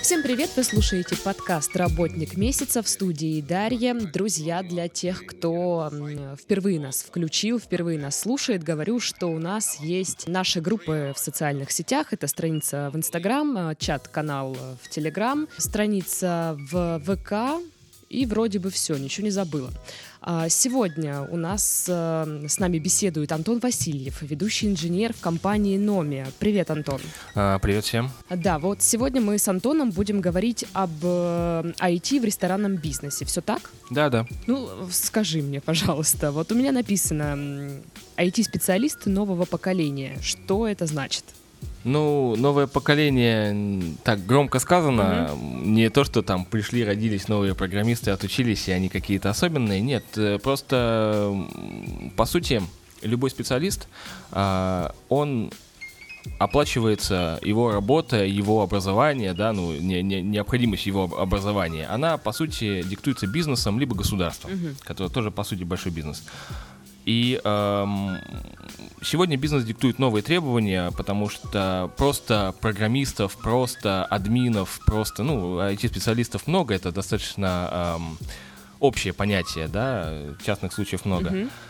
Всем привет! Вы слушаете подкаст «Работник месяца», в студии Дарья. Друзья, для тех, кто впервые нас включил, впервые нас слушает, говорю, что у нас есть наши группы в социальных сетях. Это страница в Инстаграм, чат-канал в Телеграм, страница в ВК. И вроде бы все, ничего не забыла. Сегодня у нас с нами беседует Антон Васильев, ведущий инженер в компании Номия. Привет, Антон. Привет всем. Да, вот сегодня мы с Антоном будем говорить об IT в ресторанном бизнесе. Все так? Да. Ну, скажи мне, пожалуйста, вот у меня написано IT-специалист нового поколения. Что это значит? Ну, новое поколение, так громко сказано, не то, что там пришли, родились новые программисты, отучились, и они какие-то особенные. Нет, просто, по сути, любой специалист, он оплачивается, его работа, его образование, да, ну, необходимость его образования, она, по сути, диктуется бизнесом, либо государством, который тоже, по сути, большой бизнес. И сегодня бизнес диктует новые требования, потому что просто программистов, просто админов, просто, IT-специалистов много, это достаточно общее понятие, да, частных случаев много.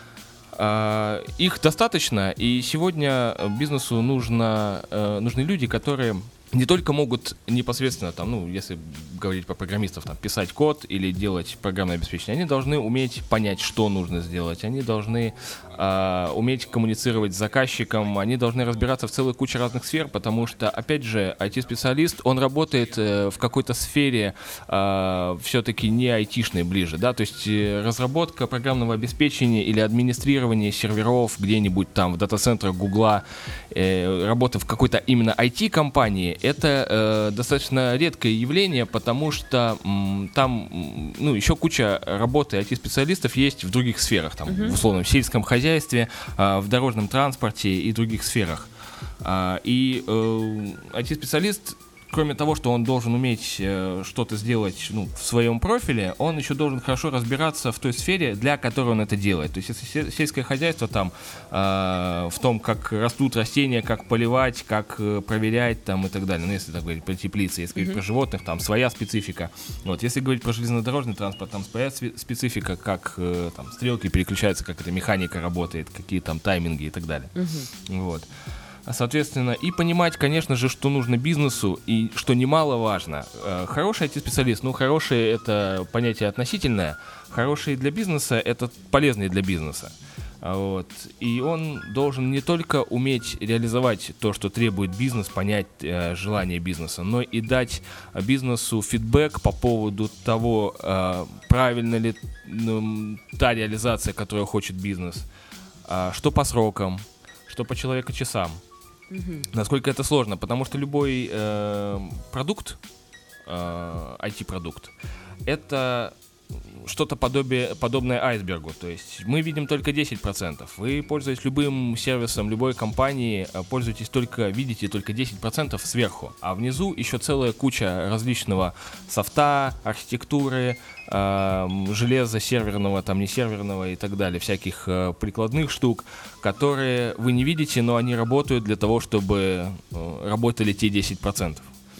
Их достаточно, и сегодня бизнесу нужны люди, которые не только могут непосредственно, если говорить про программистов, писать код или делать программное обеспечение, они должны уметь понять, что нужно сделать, они должны уметь коммуницировать с заказчиком, они должны разбираться в целой куче разных сфер, потому что, опять же, IT-специалист, он работает в какой-то сфере все-таки не айтишной ближе, да, то есть разработка программного обеспечения или администрирование серверов где-нибудь там в дата-центрах Гугла, работа в какой-то именно IT-компании, это достаточно редкое явление, потому что там еще куча работы IT-специалистов есть в других сферах, там, в условном сельском хозяйстве, в дорожном транспорте и других сферах. И IT-специалист, кроме того, что он должен уметь что-то сделать в своем профиле, он еще должен хорошо разбираться в той сфере, для которой он это делает. То есть если сельское хозяйство там в том, как растут растения, как поливать, как проверять там и так далее. Если так говорить про теплицы, если говорить про животных, там своя специфика. Вот, если говорить про железнодорожный транспорт, там своя специфика, как там стрелки переключаются, как эта механика работает, какие там тайминги и так далее. Вот. Соответственно, и понимать, конечно же, что нужно бизнесу, и что немаловажно. Хороший IT-специалист, хороший — это понятие относительное, хороший для бизнеса — это полезный для бизнеса. Вот. И он должен не только уметь реализовать то, что требует бизнес, понять желание бизнеса, но и дать бизнесу фидбэк по поводу того, правильно ли та реализация, которую хочет бизнес, что по срокам, что по человеку-часам. Насколько это сложно, потому что любой продукт, IT-продукт, это что-то подобное айсбергу. То есть мы видим только 10%. Вы, пользуясь любым сервисом любой компании, видите только 10% сверху. А внизу еще целая куча различного софта, архитектуры, железа серверного, не серверного и так далее, всяких прикладных штук, которые вы не видите, но они работают для того, чтобы работали те 10%.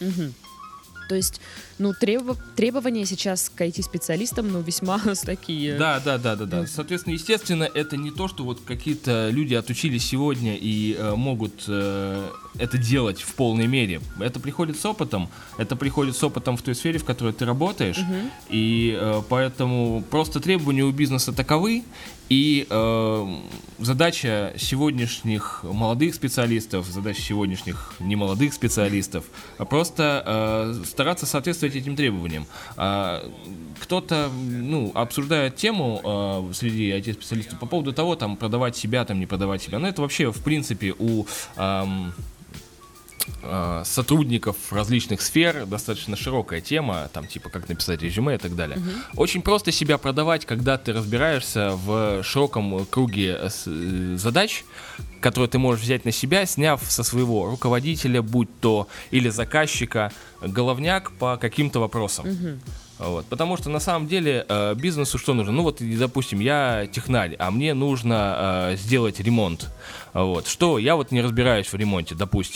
То есть, требования сейчас к IT-специалистам, весьма такие. Да. Соответственно, естественно, это не то, что вот какие-то люди отучились сегодня и могут это делать в полной мере. Это приходит с опытом. Это приходит с опытом в той сфере, в которой ты работаешь. И поэтому просто требования у бизнеса таковы. И задача сегодняшних молодых специалистов, задача сегодняшних немолодых специалистов просто стараться соответствовать этим требованиям. Кто-то обсуждает тему среди IT-специалистов по поводу того, продавать себя, не продавать себя. Но это вообще, в принципе, у сотрудников различных сфер достаточно широкая тема, как написать резюме и так далее. Очень просто себя продавать, когда ты разбираешься в широком круге задач, которые ты можешь взять на себя, сняв со своего руководителя, будь то или заказчика, головняк по каким-то вопросам. Вот. Потому что на самом деле бизнесу что нужно? Допустим, я технарь, а мне нужно сделать ремонт. Вот. Что? Я не разбираюсь в ремонте, допустим.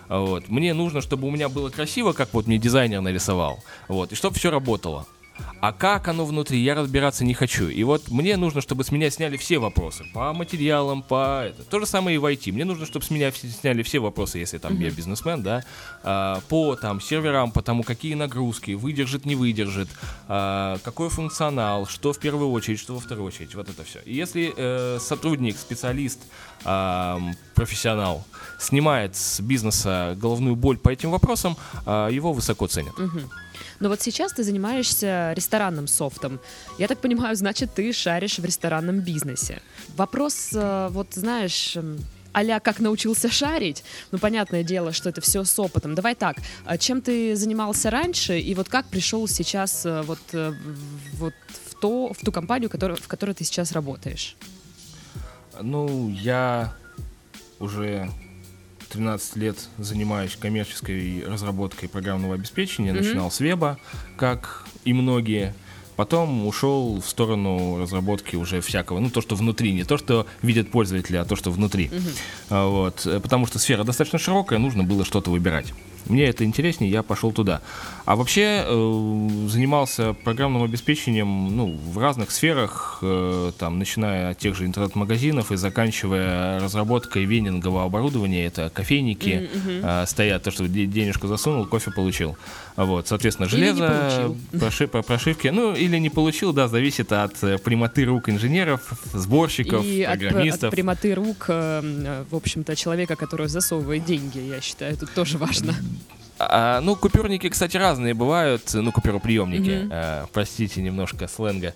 Вот. Мне нужно, чтобы у меня было красиво, как вот мне дизайнер нарисовал, вот, и чтобы все работало. А как оно внутри, я разбираться не хочу. И вот мне нужно, чтобы с меня сняли все вопросы. По материалам, То же самое и в IT. Мне нужно, чтобы с меня сняли все вопросы, если там я бизнесмен, да, по там серверам, по тому, какие нагрузки, выдержит, не выдержит, какой функционал, что в первую очередь, что во вторую очередь. Вот это все. И если сотрудник, специалист, профессионал снимает с бизнеса головную боль по этим вопросам, его высоко ценят. Но вот сейчас ты занимаешься ресторанным софтом. Я так понимаю, значит, ты шаришь в ресторанном бизнесе. Вопрос, вот знаешь, а-ля как научился шарить, ну, понятное дело, что это все с опытом. Давай так, чем ты занимался раньше и вот как пришел сейчас вот в ту компанию, в которой ты сейчас работаешь? Ну, я уже 13 лет занимаюсь коммерческой разработкой программного обеспечения. Начинал с веба, как и многие. Потом ушел в сторону разработки уже всякого, ну, то, что внутри, не то, что видят пользователи, а то, что внутри. Вот. Потому что сфера достаточно широкая, нужно было что-то выбирать. Мне это интереснее, я пошел туда. А вообще занимался программным обеспечением, ну, в разных сферах, там, начиная от тех же интернет-магазинов и заканчивая разработкой венингового оборудования. Это кофейники стоят, то, что денежку засунул, кофе получил. Вот, соответственно, железо, прошивки, ну, или не получил, да, зависит от прямоты рук инженеров, сборщиков, и программистов. От прямоты рук, в общем-то, человека, который засовывает деньги, я считаю, это тоже важно. Ну, купюрники, кстати, разные бывают, ну, купюроприемники, простите, немножко сленга.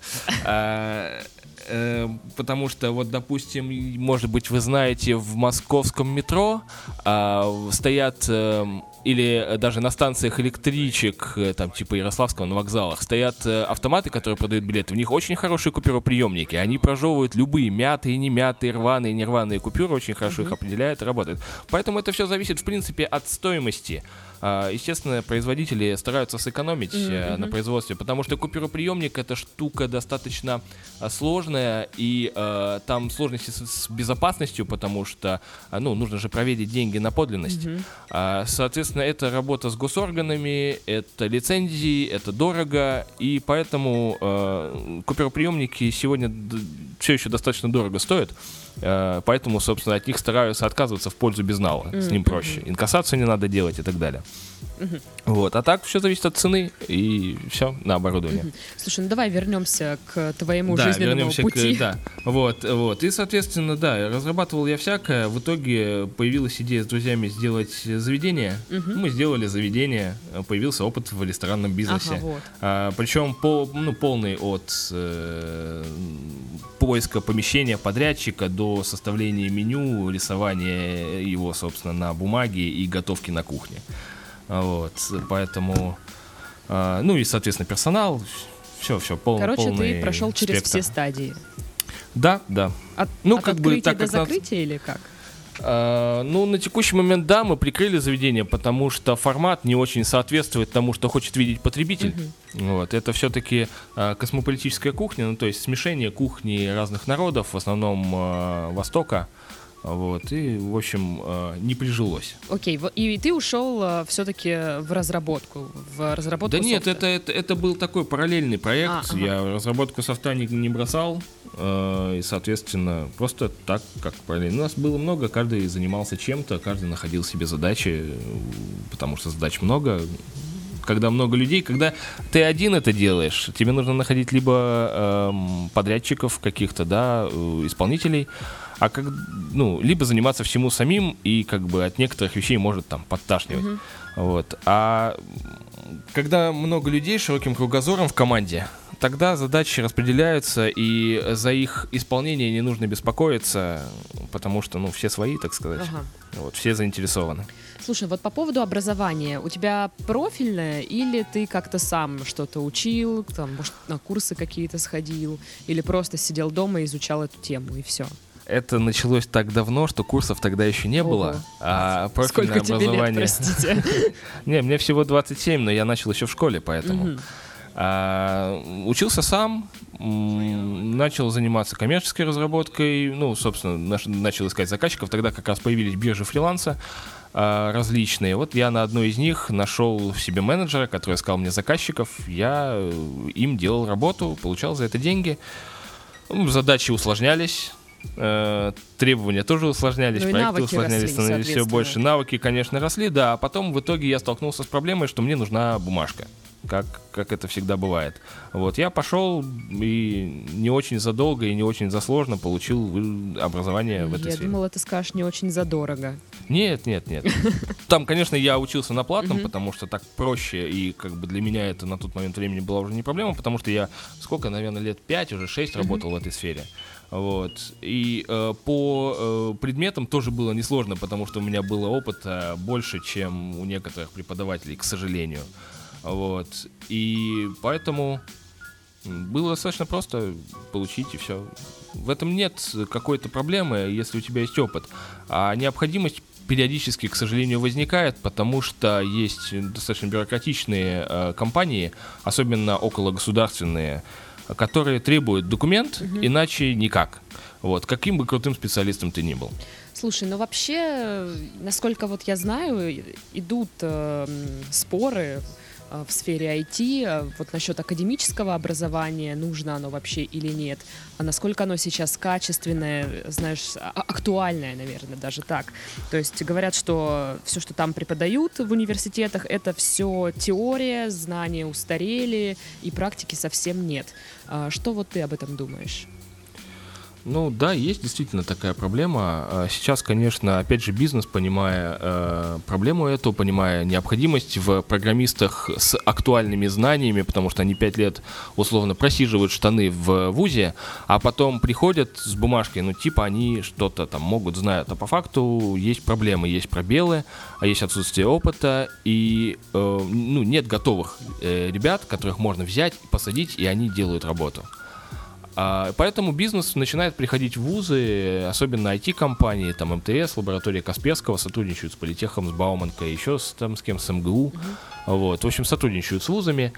Потому что, вот, допустим, может быть, вы знаете, в московском метро стоят, или даже на станциях электричек, там, типа Ярославского, на вокзалах, стоят автоматы, которые продают билеты. В них очень хорошие купюроприемники. Они прожевывают любые мятые, не мятые, рваные, нерваные купюры, очень хорошо их определяют и работают. Поэтому это все зависит, в принципе, от стоимости. Естественно, производители стараются сэкономить на производстве, потому что купюроприемник — это штука достаточно сложная, и там сложности с безопасностью, потому что, ну, нужно же проверить деньги на подлинность. Соответственно, это работа с госорганами, это лицензии, это дорого, и поэтому купюроприемники сегодня все еще достаточно дорого стоят. Поэтому, собственно, от них стараются отказываться в пользу безнала. С ним проще. Инкассацию не надо делать и так далее. Вот. А так все зависит от цены и все на оборудование. Слушай, ну давай вернемся к твоему жизненному пути. Вот. И, соответственно, да, разрабатывал я всякое. В итоге появилась идея с друзьями сделать заведение. Мы сделали заведение. Появился опыт в ресторанном бизнесе. Причем полный от поиска помещения подрядчика до составления меню, рисования его, собственно, на бумаге и готовки на кухне. Вот, поэтому, ну и, соответственно, персонал, все полный спектр. Короче, ты прошел через все стадии. Да. От как открытия бы, до закрытия или как? Ну, на текущий момент, да, мы прикрыли заведение, потому что формат не очень соответствует тому, что хочет видеть потребитель. Вот, это все-таки космополитическая кухня, ну, то есть смешение кухни разных народов, в основном Востока. Вот, и, в общем, не прижилось. Окей, и ты ушел все-таки в разработку Да нет, это был такой параллельный проект. Я разработку софта не бросал, и, соответственно, просто так, как параллельно. У нас было много, каждый занимался чем-то, каждый находил себе задачи, потому что задач много. Когда много людей, когда ты один это делаешь, тебе нужно находить либо подрядчиков каких-то, да, исполнителей, либо заниматься всему самим, и как бы от некоторых вещей может там подташнивать. Вот. А когда много людей с широким кругозором в команде, тогда задачи распределяются, и за их исполнение не нужно беспокоиться, потому что, все свои, так сказать. Вот, все заинтересованы. Слушай, вот по поводу образования, у тебя профильное или ты как-то сам что-то учил, там, может, на курсы какие-то сходил, или просто сидел дома и изучал эту тему, и все? Это началось так давно, что курсов тогда еще не было. А профильное Сколько образование... тебе лет, простите? Не, мне всего 27, но я начал еще в школе, поэтому... Учился сам, начал заниматься коммерческой разработкой, ну, собственно, начал искать заказчиков. Тогда как раз появились биржи фриланса различные. Вот я на одной из них нашел в себе менеджера, который искал мне заказчиков. Я им делал работу, получал за это деньги. Задачи усложнялись. Требования тоже усложнялись, проекты усложнялись, становились все больше. Навыки, конечно, росли, да. А потом в итоге я столкнулся с проблемой, что мне нужна бумажка. Как это всегда бывает. Вот, я пошел и не очень задолго и не очень засложно получил образование в этой сфере. Я думала, ты скажешь, не очень задорого. Нет. Там, конечно, я учился на платном, потому что так проще, и как бы для меня это на тот момент времени была уже не проблема, потому что я, наверное, лет 5, уже 6 работал в этой сфере. Вот. И по предметам тоже было несложно, потому что у меня было опыта больше, чем у некоторых преподавателей, к сожалению. Вот. И поэтому было достаточно просто получить, и все. В этом нет какой-то проблемы, если у тебя есть опыт. А необходимость периодически, к сожалению, возникает, потому что есть достаточно бюрократичные компании, особенно окологосударственные, которые требуют документ, иначе никак. Вот, каким бы крутым специалистом ты ни был. Слушай, ну вообще, насколько вот я знаю, идут споры в сфере IT, вот насчет академического образования, нужно оно вообще или нет, а насколько оно сейчас качественное, знаешь, актуальное, наверное, даже так. То есть говорят, что все, что там преподают в университетах, это все теория, знания устарели и практики совсем нет. Что вот ты об этом думаешь? Ну да, есть действительно такая проблема. Сейчас, конечно, опять же, бизнес, понимая проблему эту, понимая необходимость в программистах с актуальными знаниями, потому что они 5 лет условно просиживают штаны в вузе, а потом приходят с бумажкой, ну типа они что-то там могут, знают, а по факту есть проблемы, есть пробелы, есть отсутствие опыта, и нет готовых ребят, которых можно взять, посадить, и они делают работу. Поэтому бизнес начинает приходить в вузы, особенно IT-компании, там МТС, лаборатория Касперского сотрудничают с Политехом, с Бауманкой, еще с кем, с МГУ. Вот. В общем, сотрудничают с вузами,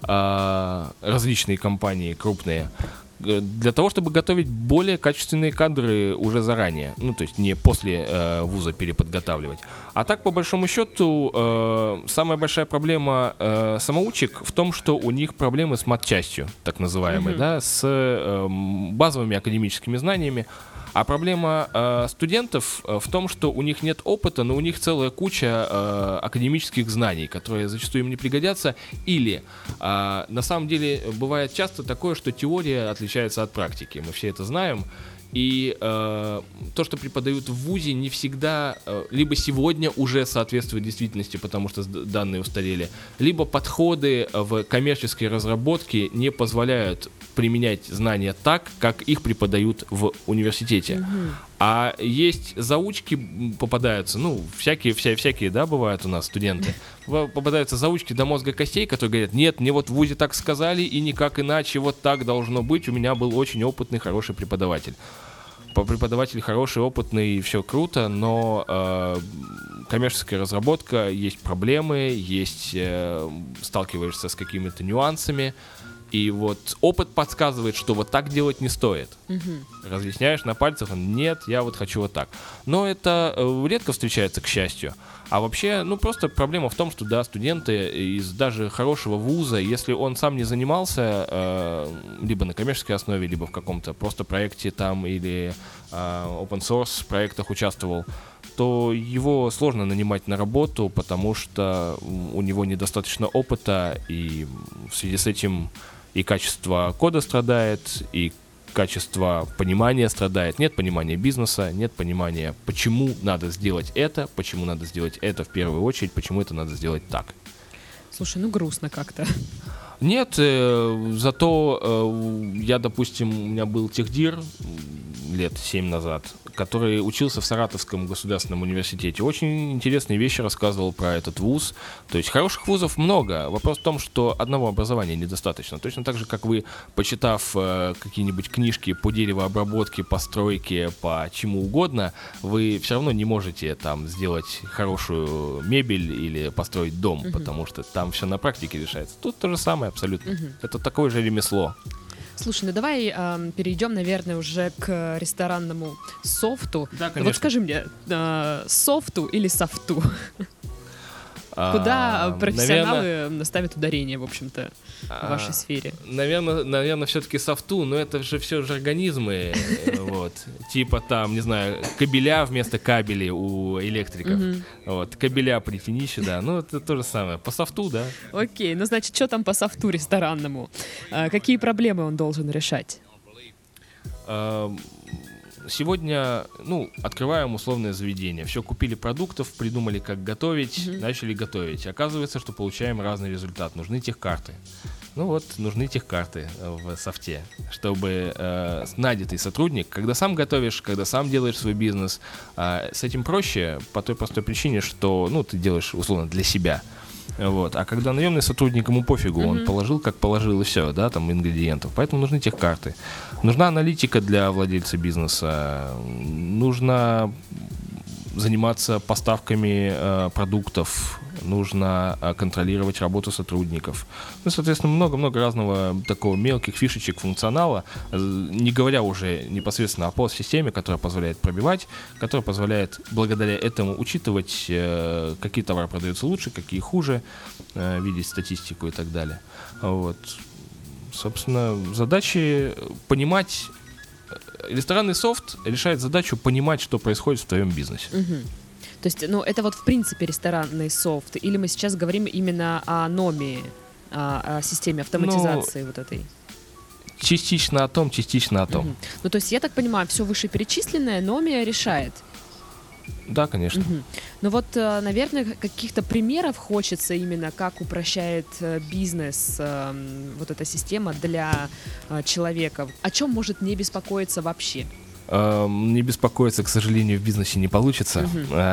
различные компании крупные, для того, чтобы готовить более качественные кадры уже заранее. Ну, то есть не после вуза переподготавливать. А так, по большому счету, самая большая проблема самоучек в том, что у них проблемы с матчастью, так называемой, да, с базовыми академическими знаниями. А проблема студентов в том, что у них нет опыта, но у них целая куча академических знаний, которые зачастую им не пригодятся. Или на самом деле бывает часто такое, что теория отличается от практики. Мы все это знаем. И то, что преподают в вузе, не всегда либо сегодня уже соответствует действительности, потому что данные устарели, либо подходы в коммерческой разработке не позволяют применять знания так, как их преподают в университете. А есть заучки, попадаются, всякие, да, бывают у нас студенты, попадаются заучки до мозга костей, которые говорят: нет, мне вот в вузе так сказали, и никак иначе, вот так должно быть, у меня был очень опытный, хороший преподаватель. Преподаватель хороший, опытный, все круто, но коммерческая разработка, есть проблемы, сталкиваешься с какими-то нюансами, и вот опыт подсказывает, что вот так делать не стоит. Разъясняешь на пальцах: нет, я вот хочу вот так. Но это редко встречается, к счастью. А вообще, просто проблема в том, что, да, студенты из даже хорошего вуза, если он сам не занимался либо на коммерческой основе, либо в каком-то просто проекте там или open source проектах участвовал, то его сложно нанимать на работу, потому что у него недостаточно опыта, и в связи с этим и качество кода страдает, и качество понимания страдает. Нет понимания бизнеса, нет понимания, почему надо сделать это в первую очередь, почему это надо сделать так. Слушай, грустно как-то. Нет, зато я, допустим, у меня был техдир, лет 7 назад, который учился в Саратовском государственном университете. Очень интересные вещи рассказывал про этот вуз. То есть хороших вузов много. Вопрос в том, что одного образования недостаточно. Точно так же, как вы, почитав какие-нибудь книжки по деревообработке, по стройке, по чему угодно, вы все равно не можете там сделать хорошую мебель или построить дом, потому что там все на практике решается. Тут то же самое абсолютно. Это такое же ремесло. Слушай, ну давай перейдем, наверное, уже к ресторанному софту. Да, конечно. Вот скажи мне, софту или софту? Куда профессионалы ставят ударение, в общем-то, в вашей сфере? Наверное, все-таки софту, но это же все же организмы, вот. Типа там, не знаю, кабеля вместо кабелей у электриков. Вот, кабеля при финише, да. Ну, это то же самое. По софту, да. Окей, ну значит, что там по софту ресторанному? Какие проблемы он должен решать? Сегодня, открываем условное заведение. Все, купили продуктов, придумали, как готовить, начали готовить. Оказывается, что получаем разный результат. Нужны техкарты. Нужны техкарты в софте, чтобы нанятый сотрудник, когда сам готовишь, когда сам делаешь свой бизнес, с этим проще по той простой причине, что, ты делаешь условно для себя. Вот. А когда наемный сотрудник, ему пофигу, он положил, как положил, и все, да, там ингредиентов. Поэтому нужны техкарты. Нужна аналитика для владельца бизнеса. Нужно заниматься поставками продуктов. Нужно контролировать работу сотрудников. Соответственно, много-много разного такого мелких фишечек функционала, не говоря уже непосредственно о POS-системе, которая позволяет пробивать, которая позволяет благодаря этому учитывать, какие товары продаются лучше, какие хуже, видеть статистику и так далее. Вот. Собственно, задачи понимать. Ресторанный софт решает задачу понимать, что происходит в твоем бизнесе. То есть, это вот в принципе ресторанный софт, или мы сейчас говорим именно о НОМе, о системе автоматизации вот этой? Частично о том, частично о том. То есть, я так понимаю, все вышеперечисленное НОМе решает? Да, конечно. Наверное, каких-то примеров хочется именно, как упрощает бизнес вот эта система для человека. О чем может не беспокоиться вообще? Не беспокоиться, к сожалению, в бизнесе не получится.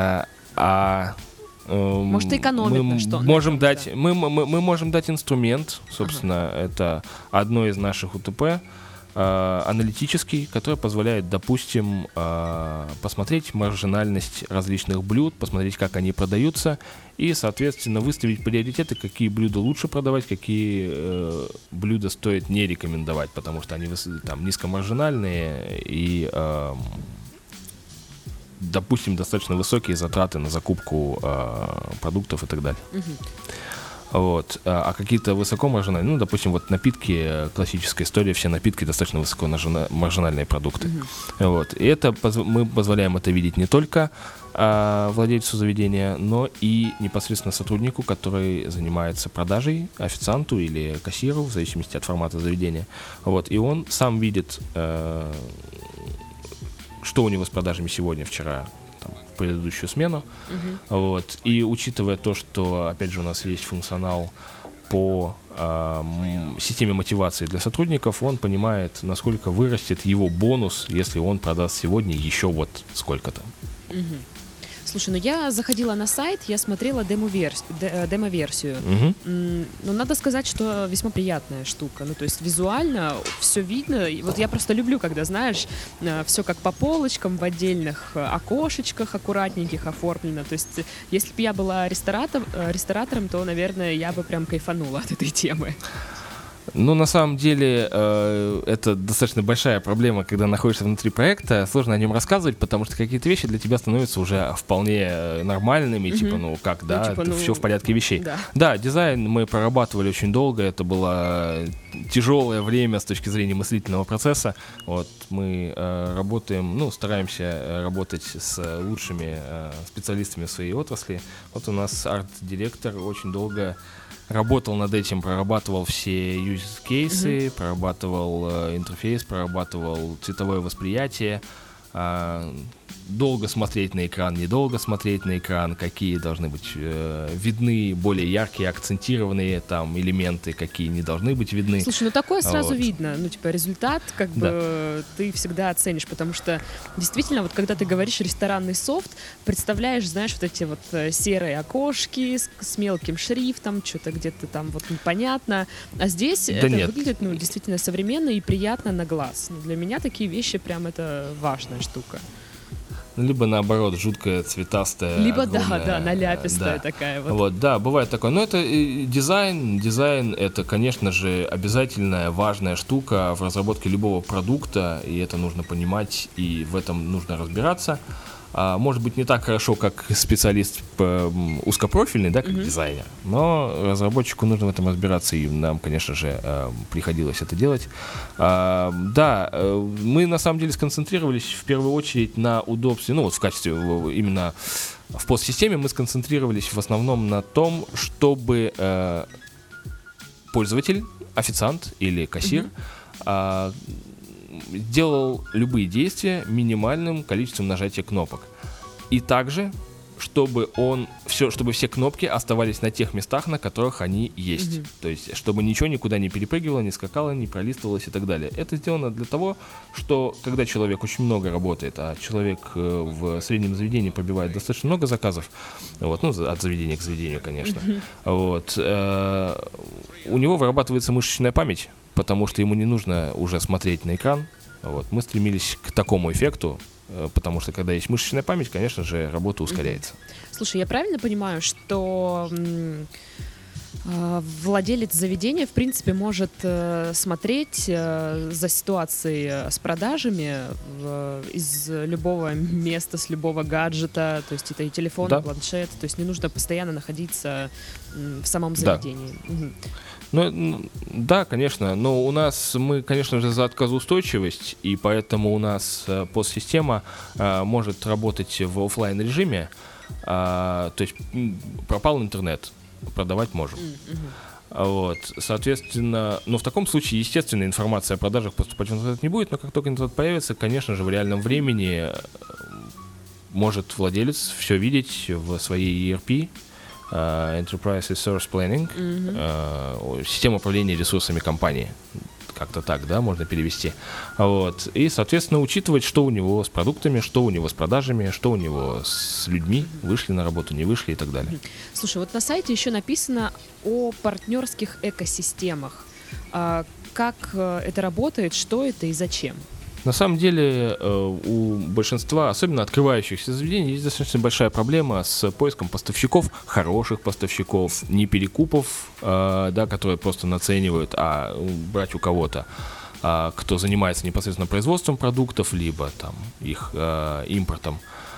Может, экономит на что? Мы можем дать инструмент, собственно, это одно из наших УТП, аналитический, который позволяет, допустим, посмотреть маржинальность различных блюд, посмотреть, как они продаются, и, соответственно, выставить приоритеты, какие блюда лучше продавать, какие блюда стоит не рекомендовать, потому что они там низкомаржинальные и, допустим, достаточно высокие затраты на закупку продуктов и так далее. Вот. А какие-то высокомаржинальные, допустим, вот напитки, классическая история, все напитки достаточно высокомаржинальные продукты. Вот. И мы позволяем это видеть не только владельцу заведения, но и непосредственно сотруднику, который занимается продажей, официанту или кассиру, в зависимости от формата заведения. Вот. И он сам видит, что у него с продажами сегодня, вчера, в предыдущую смену. Вот. И учитывая то, что, опять же, у нас есть функционал по системе мотивации для сотрудников, он понимает, насколько вырастет его бонус, если он продаст сегодня еще вот сколько-то. Слушай, я заходила на сайт, я смотрела демо-версию. Надо сказать, что весьма приятная штука. То есть визуально все видно. Вот я просто люблю, когда, знаешь, все как по полочкам, в отдельных окошечках аккуратненьких оформлено. То есть если бы я была ресторатором, то, наверное, я бы прям кайфанула от этой темы. На самом деле, это достаточно большая проблема, когда находишься внутри проекта. Сложно о нем рассказывать, потому что какие-то вещи для тебя становятся уже вполне нормальными. Все в порядке вещей. Да, дизайн мы прорабатывали очень долго. Это было тяжелое время с точки зрения мыслительного процесса. Вот, мы работаем, стараемся работать с лучшими специалистами в своей отрасли. Вот у нас арт-директор очень долго работал над этим, прорабатывал все use-кейсы, прорабатывал интерфейс, прорабатывал цветовое восприятие. долго смотреть на экран, недолго смотреть на экран, какие должны быть видны более яркие, акцентированные там элементы, какие не должны быть видны. Слушай, ну такое сразу Вот. видно, ну типа результат как бы ты всегда оценишь, потому что действительно вот когда ты говоришь ресторанный софт, представляешь, знаешь, вот эти вот серые окошки с мелким шрифтом, что-то где-то там вот непонятно, а здесь это выглядит, ну, действительно современно и приятно на глаз. Ну, для меня такие вещи прям это важная штука. Либо наоборот, жуткая, цветастая. Либо огромная, наляпистая такая вот. Вот, да, бывает такое. Но это дизайн. Дизайн — это, конечно же, обязательная, важная штука в разработке любого продукта, и это нужно понимать, и в этом нужно разбираться. Может быть, не так хорошо, как специалист узкопрофильный, да, как дизайнер, но разработчику нужно в этом разбираться, и нам, конечно же, приходилось это делать. Да, мы на самом деле сконцентрировались в первую очередь на удобстве, ну вот в качестве именно в постсистеме мы сконцентрировались в основном на том, чтобы пользователь, официант или кассир делал любые действия минимальным количеством нажатия кнопок. И также, чтобы все кнопки оставались на тех местах, на которых они есть. То есть, чтобы ничего никуда не перепрыгивало, не скакало, не пролистывалось и так далее. Это сделано для того, что когда человек очень много работает, а человек в среднем заведении пробивает достаточно много заказов, вот, ну, от заведения к заведению, конечно, вот, у него вырабатывается мышечная память, потому что ему не нужно уже смотреть на экран. Вот. Мы стремились к такому эффекту, потому что когда есть мышечная память, конечно же, работа ускоряется. Слушай, я правильно понимаю, что владелец заведения, в принципе, может смотреть за ситуацией с продажами из любого места, с любого гаджета, то есть это и телефон, и планшет, то есть не нужно постоянно находиться в самом заведении. Ну, да, конечно, но мы, конечно же, за отказоустойчивость, и поэтому у нас постсистема может работать в офлайн режиме, то есть пропал интернет, продавать можем. Вот, соответственно, но в таком случае, естественно, информация о продажах поступать в интернет не будет, но как только интернет появится, конечно же, в реальном времени может владелец все видеть в своей ERP, Enterprise Resource Planning, система управления ресурсами компании. Как-то так, да, можно перевести. Вот. И, соответственно, учитывать, что у него с продуктами, что у него с продажами, что у него с людьми, вышли на работу, не вышли и так далее. Слушай, вот на сайте еще написано о партнерских экосистемах. Как это работает, что это и зачем? На самом деле у большинства, особенно открывающихся заведений, есть достаточно большая проблема с поиском поставщиков, хороших поставщиков, не перекупов, да, которые просто наценивают, а брать у кого-то, кто занимается непосредственно производством продуктов, либо там их импортом,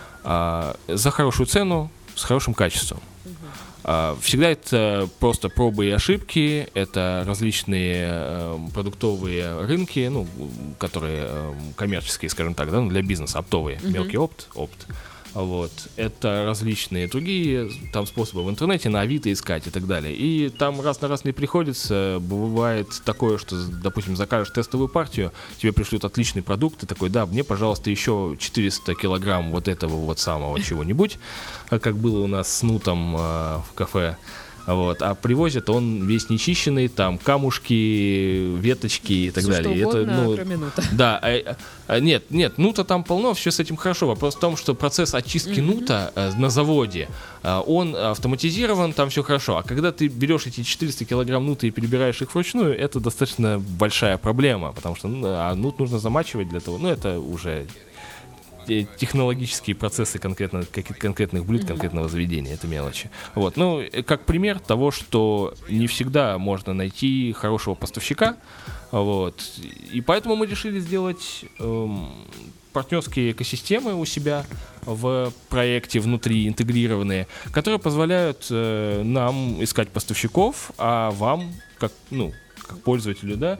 за хорошую цену, с хорошим качеством. Всегда это просто пробы и ошибки, это различные продуктовые рынки, ну, которые коммерческие, скажем так, да, ну, для бизнеса, оптовые, мелкий опт. Вот. Это различные другие там способы в интернете, на Авито искать и так далее. И там раз на раз не приходится. Бывает такое, что, допустим, закажешь тестовую партию, тебе пришлют отличный продукт, ты такой, да, мне, пожалуйста, еще 400 килограмм вот этого вот самого чего-нибудь, как было у нас с Нутом в кафе. Вот, а привозят он весь нечищенный, там камушки, веточки и так далее. Что угодно, это, ну, кроме нута. Да, нет, нута там полно, все с этим хорошо. Вопрос в том, что процесс очистки нута на заводе, он автоматизирован, там все хорошо. А когда ты берешь эти 400 килограмм нута и перебираешь их вручную, это достаточно большая проблема, потому что нут нужно замачивать для того, это уже технологические процессы конкретных блюд, конкретного заведения, это мелочи. Вот. Ну, как пример того, что не всегда можно найти хорошего поставщика, вот. И поэтому мы решили сделать партнерские экосистемы у себя в проекте внутри, интегрированные, которые позволяют нам искать поставщиков, а вам, как пользователю, да,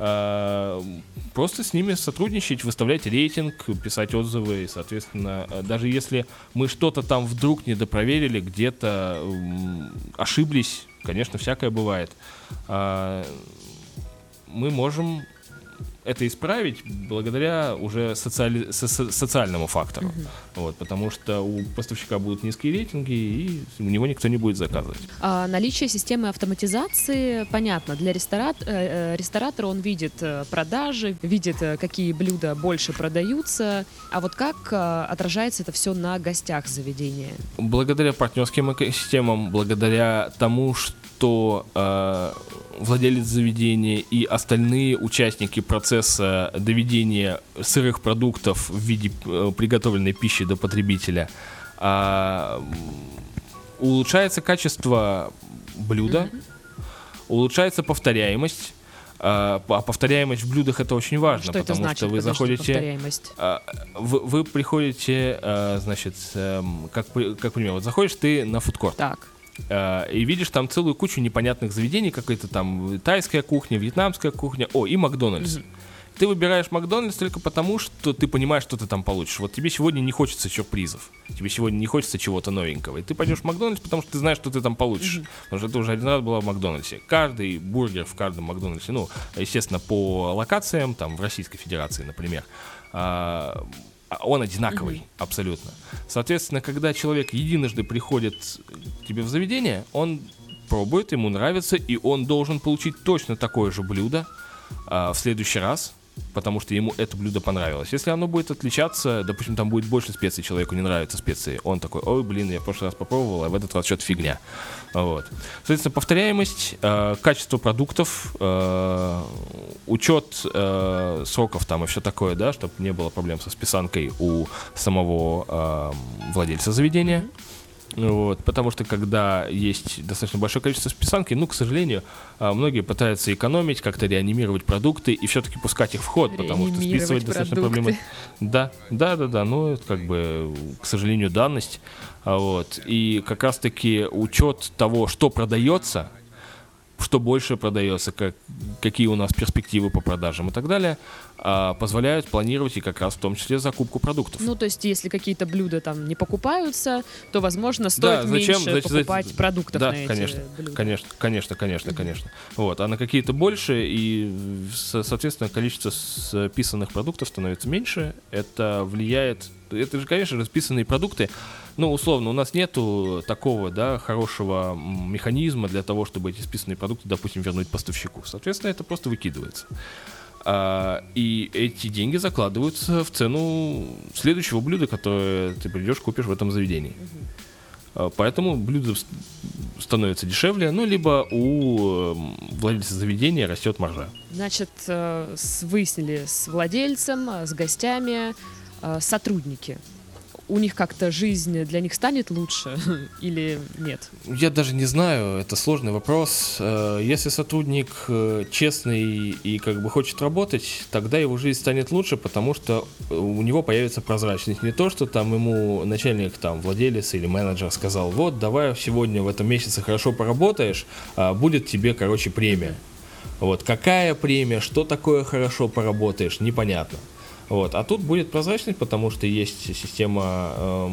просто с ними сотрудничать, выставлять рейтинг, писать отзывы, и, соответственно, даже если мы что-то там вдруг недопроверили, где-то ошиблись, конечно, всякое бывает, мы можем это исправить благодаря уже социальному фактору. Вот, потому что у поставщика будут низкие рейтинги, и у него никто не будет заказывать. Наличие системы автоматизации, понятно, для ресторатора он видит продажи, видит, какие блюда больше продаются. А вот как отражается это все на гостях заведения? Благодаря партнерским экосистемам, благодаря тому, что владелец заведения и остальные участники процесса доведения сырых продуктов в виде приготовленной пищи до потребителя, улучшается качество блюда, улучшается повторяемость. А повторяемость в блюдах — это очень важно, что потому это значит, что вы заходите, повторяемость? Вы приходите, значит, как пример, вот заходишь ты на фудкорт. Так. И видишь там целую кучу непонятных заведений, какая-то там тайская кухня, вьетнамская кухня, и Макдональдс. Ты выбираешь Макдональдс только потому, что ты понимаешь, что ты там получишь. Вот тебе сегодня не хочется сюрпризов, тебе сегодня не хочется чего-то новенького. И ты пойдешь в Макдональдс, потому что ты знаешь, что ты там получишь. Потому что ты уже один раз была в Макдональдсе. Каждый бургер в каждом Макдональдсе, естественно, по локациям, там в Российской Федерации, например, он одинаковый абсолютно. Соответственно, когда человек единожды приходит к тебе в заведение, он пробует, ему нравится, и он должен получить точно такое же блюдо в следующий раз, потому что ему это блюдо понравилось. Если оно будет отличаться, допустим, там будет больше специй, человеку не нравятся специи, он такой: ой, блин, я в прошлый раз попробовал, а в этот раз что-то фигня. Вот. Соответственно, повторяемость, качество продуктов, учет сроков там и все такое, да, чтобы не было проблем со списанкой у самого владельца заведения. Вот, потому что когда есть достаточно большое количество списанки, к сожалению, многие пытаются экономить, как-то реанимировать продукты и все-таки пускать их в ход, потому что списывать достаточно проблематично. Да, это к сожалению, данность. Вот. И как раз-таки учет того, что продается, что больше продается, какие у нас перспективы по продажам и так далее, позволяют планировать и как раз в том числе закупку продуктов. То есть, если какие-то блюда там не покупаются, то, возможно, стоит меньше покупать продуктов на эти блюда. Конечно. Вот. А на какие-то больше, и, соответственно, количество списанных продуктов становится меньше. Это влияет... Это же, конечно же, списанные продукты. Условно, у нас нету такого, хорошего механизма для того, чтобы эти списанные продукты, допустим, вернуть поставщику. Соответственно, это просто выкидывается. И эти деньги закладываются в цену следующего блюда, которое ты придешь, купишь в этом заведении. Поэтому блюдо становится дешевле, либо у владельца заведения растет маржа. Значит, выяснили с владельцем, с гостями, сотрудники. У них как-то жизнь для них станет лучше или нет? Я даже не знаю, это сложный вопрос. Если сотрудник честный и хочет работать, тогда его жизнь станет лучше, потому что у него появится прозрачность. Не то, что там ему начальник, владелец или менеджер сказал: вот, давай сегодня в этом месяце хорошо поработаешь, будет тебе, премия. Вот, какая премия, что такое хорошо поработаешь, непонятно. Вот. А тут будет прозрачность, потому что есть система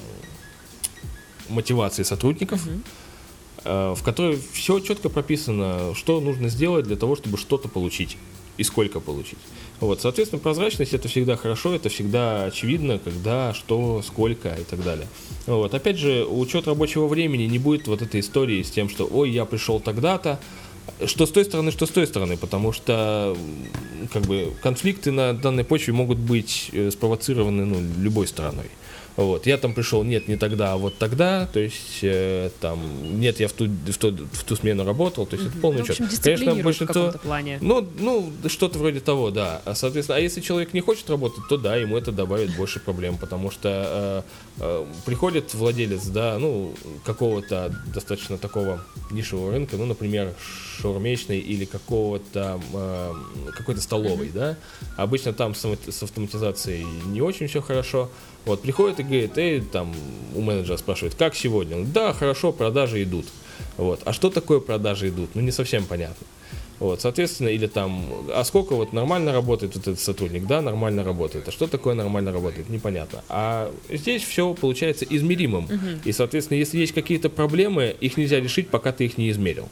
мотивации сотрудников, в которой все четко прописано, что нужно сделать для того, чтобы что-то получить и сколько получить. Вот. Соответственно, прозрачность — это всегда хорошо, это всегда очевидно, когда, что, сколько и так далее. Вот. Опять же, учет рабочего времени, не будет вот этой истории с тем, что «ой, я пришел тогда-то», что с той стороны, потому что конфликты на данной почве могут быть спровоцированы любой стороной. Вот. Я там пришел, нет, не тогда, а вот тогда, то есть нет, я в ту смену работал, то есть это полный учет. Конечно, в каком-то плане. Что-то вроде того, да. Соответственно, а если человек не хочет работать, то да, ему это добавит больше проблем, потому что приходит владелец, какого-то достаточно такого нишевого рынка, например, шаурмечной или какой-то столовой, да. Обычно там с автоматизацией не очень все хорошо. Вот, приходит и говорит, у менеджера спрашивает, как сегодня? Он: да, хорошо, продажи идут. Вот. А что такое продажи идут? Не совсем понятно. Вот, соответственно, или а сколько нормально работает этот сотрудник? Да, нормально работает. А что такое нормально работает? Непонятно. А здесь все получается измеримым. И, соответственно, если есть какие-то проблемы, их нельзя решить, пока ты их не измерил.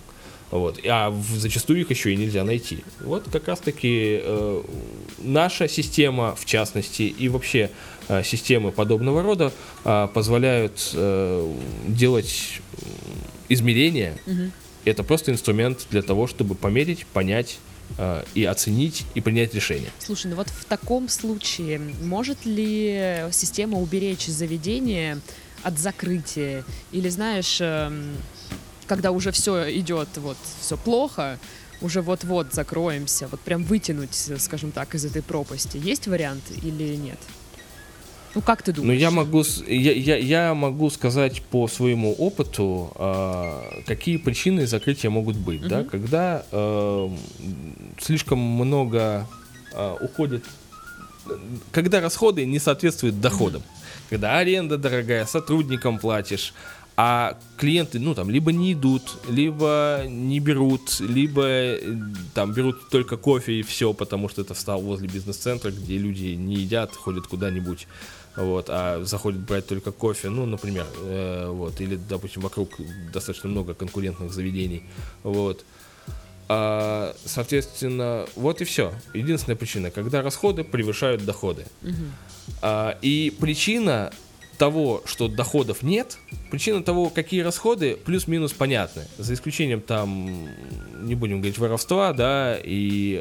Вот. Зачастую их еще и нельзя найти. Вот как раз-таки наша система, в частности, и вообще системы подобного рода позволяют делать измерения. Это просто инструмент для того, чтобы померить, понять и оценить, и принять решение. Слушай, ну вот в таком случае может ли система уберечь заведение от закрытия? Или, знаешь, когда уже все идет, вот, все плохо, уже вот-вот закроемся, вот прям вытянуть, скажем так, из этой пропасти. Есть вариант или нет? Ну, как ты думаешь? Ну, я могу сказать по своему опыту, какие причины закрытия могут быть. Да? Когда слишком много уходит, когда расходы не соответствуют доходам, когда аренда дорогая, сотрудникам платишь, а клиенты, ну, там, либо не идут, либо не берут, либо там берут только кофе и все, потому что это встал возле бизнес-центра, где люди не едят, ходят куда-нибудь, вот, а заходят брать только кофе, ну, например, вот, или, допустим, вокруг достаточно много конкурентных заведений, вот. Соответственно, вот и все. Единственная причина, когда расходы превышают доходы. И причина того, что доходов нет, причина того, какие расходы, плюс-минус понятны. За исключением там, не будем говорить, воровства, да, и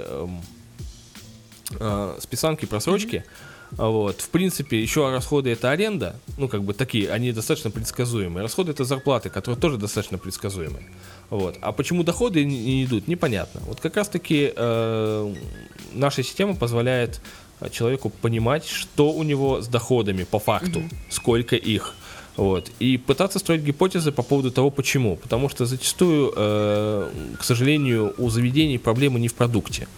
списанки, просрочки. Вот. В принципе, еще расходы — это аренда, ну, как бы такие, они достаточно предсказуемые. Расходы — это зарплаты, которые тоже достаточно предсказуемые. Вот. А почему доходы не идут, непонятно. Вот как раз-таки наша система позволяет человеку понимать, что у него с доходами по факту, сколько их. Вот. И пытаться строить гипотезы по поводу того, почему. Потому что зачастую, к сожалению, у заведений проблемы не в продукте,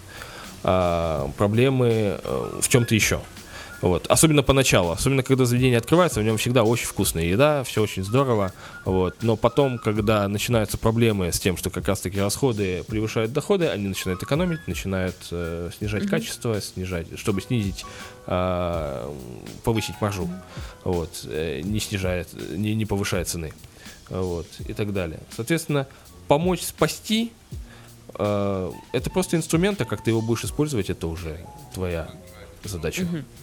а проблемы в чем-то еще. Вот. Особенно поначалу, особенно когда заведение открывается, в нем всегда очень вкусная еда, все очень здорово. Вот. Но потом, когда начинаются проблемы с тем, что как раз-таки расходы превышают доходы, они начинают экономить, начинают снижать качество, чтобы снизить, повысить маржу, вот, не повышая цены, вот, и так далее. Соответственно, помочь спасти это просто инструмент, а как ты его будешь использовать, это уже твоя задача.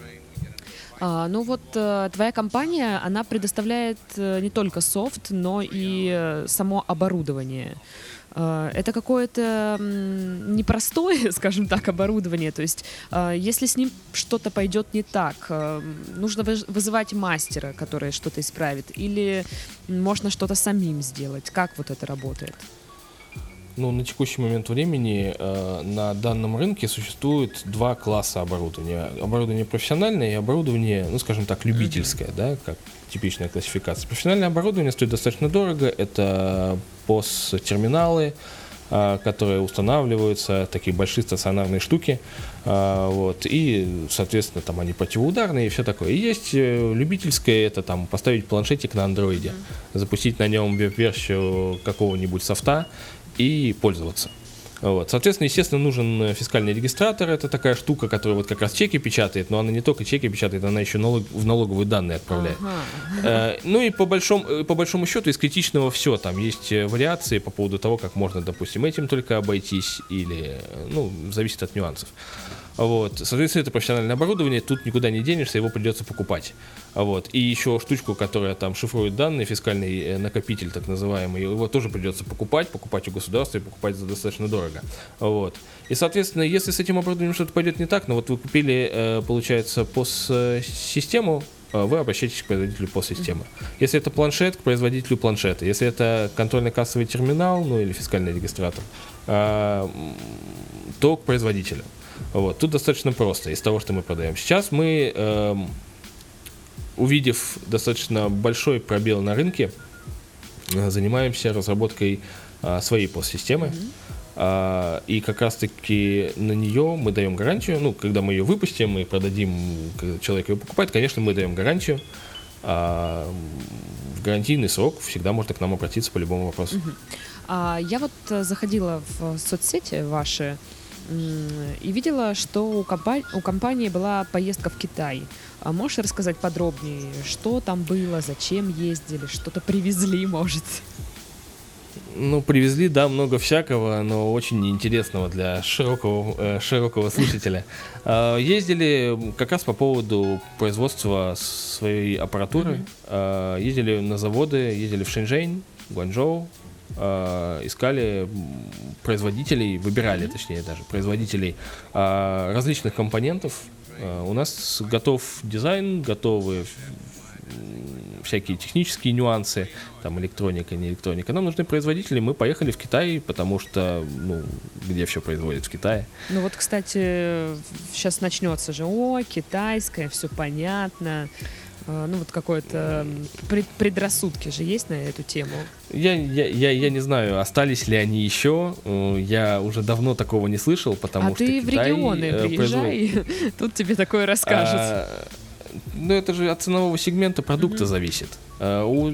Ну вот твоя компания, она предоставляет не только софт, но и само оборудование. Это какое-то непростое, скажем так, оборудование. То есть, если с ним что-то пойдет не так, нужно вызывать мастера, который что-то исправит, или можно что-то самим сделать. Как вот это работает? Ну, на текущий момент времени на данном рынке существует два класса оборудования. Оборудование профессиональное и оборудование, ну, скажем так, любительское, да, как типичная классификация. Профессиональное оборудование стоит достаточно дорого. Это POS-терминалы, которые устанавливаются, такие большие стационарные штуки, вот, и, соответственно, там они противоударные и все такое. И есть любительское, это там поставить планшетик на андроиде, запустить на нем веб-версию какого-нибудь софта и пользоваться. Вот. Соответственно, естественно, нужен фискальный регистратор. Это такая штука, которая вот как раз чеки печатает, но она не только чеки печатает, она еще в налоговые данные отправляет. Ну и по большому счету из критичного все. Там есть вариации по поводу того, как можно, допустим, этим только обойтись, или, ну, зависит от нюансов. Вот. Соответственно, это профессиональное оборудование, тут никуда не денешься, его придется покупать. Вот. И еще штучку, которая там шифрует данные, фискальный накопитель так называемый, его тоже придется покупать у государства и покупать за достаточно дорого. Вот. И, соответственно, если с этим оборудованием что-то пойдет не так, ну вот вы купили, получается, POS-систему, вы обращаетесь к производителю POS-системы. Если это планшет, к производителю планшета. Если это контрольно-кассовый терминал, ну или фискальный регистратор, то к производителю. Вот. Тут достаточно просто из того, что мы продаем. Сейчас мы, увидев достаточно большой пробел на рынке, занимаемся разработкой своей POS-системы. И как раз-таки на нее мы даем гарантию. Ну, когда мы ее выпустим и продадим, когда человек ее покупает, конечно, мы даем гарантию. В гарантийный срок всегда можно к нам обратиться по любому вопросу. Я вот заходила в соцсети ваши и видела, что у компании была поездка в Китай. А можешь рассказать подробнее, что там было, зачем ездили, что-то привезли, может? Ну, привезли, да, много всякого, но очень неинтересного для широкого слушателя. Ездили как раз по поводу производства своей аппаратуры. Ездили на заводы, ездили в Шэньчжэнь, Гуанчжоу, искали производителей, выбирали, точнее, даже производителей различных компонентов. У нас готов дизайн, готовы всякие технические нюансы, там электроника, не электроника. Нам нужны производители, мы поехали в Китай, потому что, ну, где все производят в Китае. Ну вот, кстати, сейчас начнется же, китайское, все понятно. Ну вот какое-то предрассудки же есть на эту тему. Я не знаю, остались ли они еще. Я уже давно такого не слышал, потому что ты Китай в регионы приезжай, тут тебе такое расскажут. Ну это же от ценового сегмента продукта зависит. У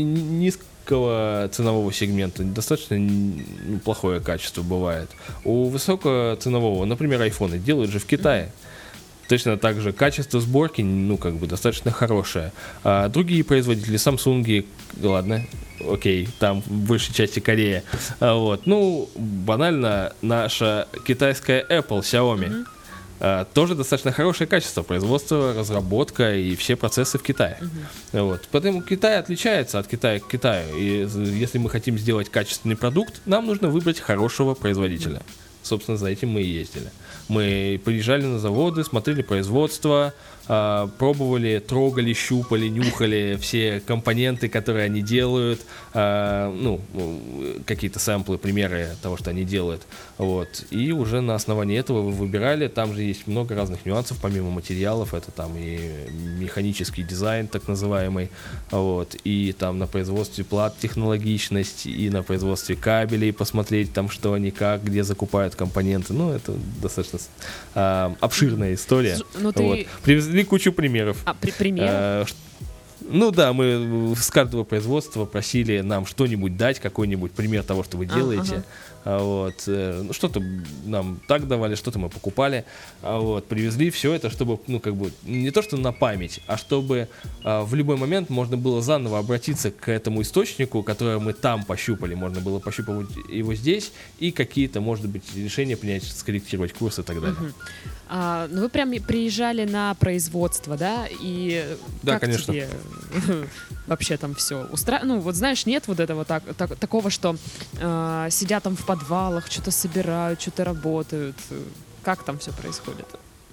низкого ценового сегмента достаточно плохое качество бывает. У высокого ценового, например, айфоны делают же в Китае. Точно так же качество сборки, ну, как бы достаточно хорошее. А другие производители, Samsung, ладно, окей, там в большей части Корея. Вот. Ну, банально, наша китайская Apple, Xiaomi, тоже достаточно хорошее качество производства, разработка и все процессы в Китае. Вот. Поэтому Китай отличается от Китая к Китаю. И если мы хотим сделать качественный продукт, нам нужно выбрать хорошего производителя. Собственно, за этим мы и ездили. Мы приезжали на заводы, смотрели производство, пробовали, трогали, щупали, нюхали все компоненты, которые они делают, ну, какие-то сэмплы, примеры того, что они делают. Вот. И уже на основании этого вы выбирали. Там же есть много разных нюансов, помимо материалов. Это там и механический дизайн, так называемый, вот, и там на производстве плат технологичность, и на производстве кабелей посмотреть там, что они как, где закупают компоненты. Ну, это достаточно обширная история. Ну, вот. Привезли кучу примеров. Примеров? Ну да, мы с каждого производства просили нам что-нибудь дать, какой-нибудь пример того, что вы делаете. Вот. Ну, что-то нам так давали, что-то мы покупали. Вот. Привезли все это, чтобы, ну, как бы, не то что на память, а чтобы в любой момент можно было заново обратиться к этому источнику, который мы там пощупали. Можно было пощупать его здесь и какие-то, может быть, решения принять, скорректировать курс и так далее. Ну, вы прям приезжали на производство, да? И да, как конечно. Тебе вообще там все ну, вот знаешь, нет вот этого такого, что сидят там в подвалах, что-то собирают, что-то работают. Как там все происходит?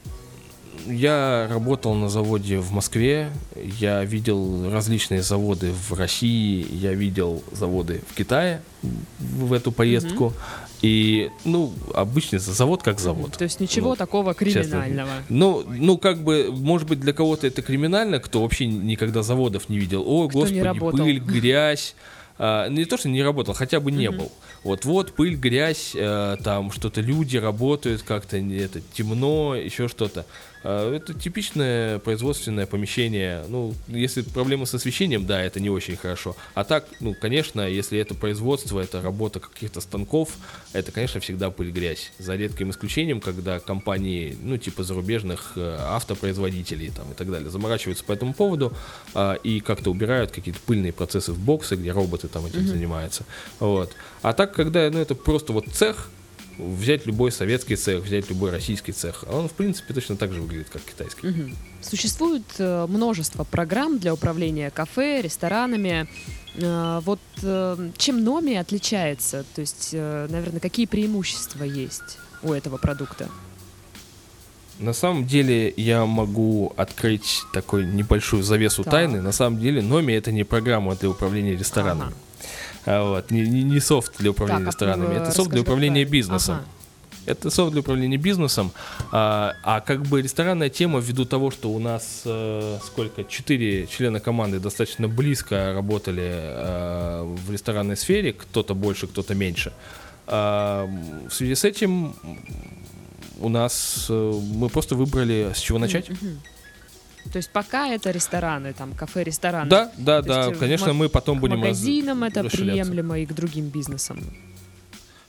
Я работал на заводе в Москве, я видел различные заводы в России, я видел заводы в Китае в эту поездку. И, ну, обычный завод как завод. То есть ничего такого криминального. Ну, как бы, может быть, для кого-то это криминально, кто вообще никогда заводов не видел. О, кто господи, пыль, грязь. Не то, что не работал, хотя бы не был. Вот, пыль, грязь, там что-то люди работают, как-то это темно, еще что-то. Это типичное производственное помещение. Ну, если проблемы с освещением, да, это не очень хорошо. А так, ну, конечно, если это производство, это работа каких-то станков, это, конечно, всегда пыль, грязь. За редким исключением, когда компании, ну, типа зарубежных автопроизводителей там, и так далее, заморачиваются по этому поводу и как-то убирают какие-то пыльные процессы в боксы, где роботы там этим занимаются. Вот. А так, когда, ну, это просто вот цех, взять любой советский цех, взять любой российский цех, он, в принципе, точно так же выглядит, как китайский. Существует множество программ для управления кафе, ресторанами. Вот чем Номи отличается? То есть, наверное, какие преимущества есть у этого продукта? На самом деле я могу открыть такую небольшую завесу тайны. На самом деле Номи — это не программа для управления ресторанами. Вот. Не софт для управления ресторанами, это софт для управления бизнесом. Это софт для управления бизнесом. А как бы ресторанная тема, ввиду того, что у нас 4 члена команды достаточно близко работали в ресторанной сфере, кто-то больше, кто-то меньше. В связи с этим у нас мы просто выбрали, с чего начать. То есть пока это рестораны, там, кафе-рестораны. Да, конечно, мы потом будем магазинам это приемлемо и к другим бизнесам.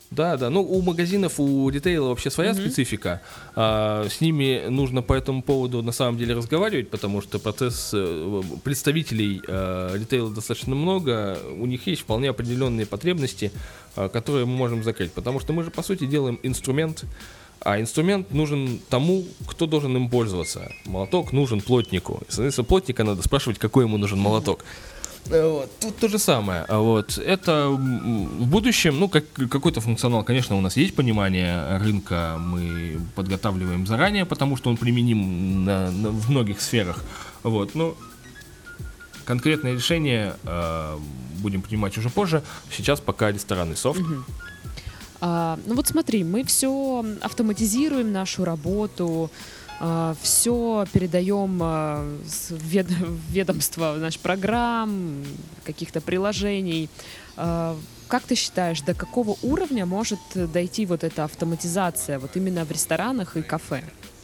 Да, ну у магазинов, у ритейла вообще своя специфика. С ними нужно по этому поводу на самом деле разговаривать, потому что представителей ритейла достаточно много, у них есть вполне определенные потребности, которые мы можем закрыть, потому что мы же по сути делаем инструмент, а инструмент нужен тому, кто должен им пользоваться. Молоток нужен плотнику. И, соответственно, плотника надо спрашивать, какой ему нужен молоток. Вот. Тут то же самое. Вот. Это в будущем, ну, какой-то функционал, конечно, у нас есть понимание рынка, мы подготавливаем заранее, потому что он применим в многих сферах. Вот. Но конкретное решение будем принимать уже позже. Сейчас пока ресторанный софт. Ну вот смотри, мы все автоматизируем, нашу работу, все передаем в ведомство программ, каких-то приложений. Как ты считаешь, до какого уровня может дойти вот эта автоматизация вот именно в ресторанах и кафе?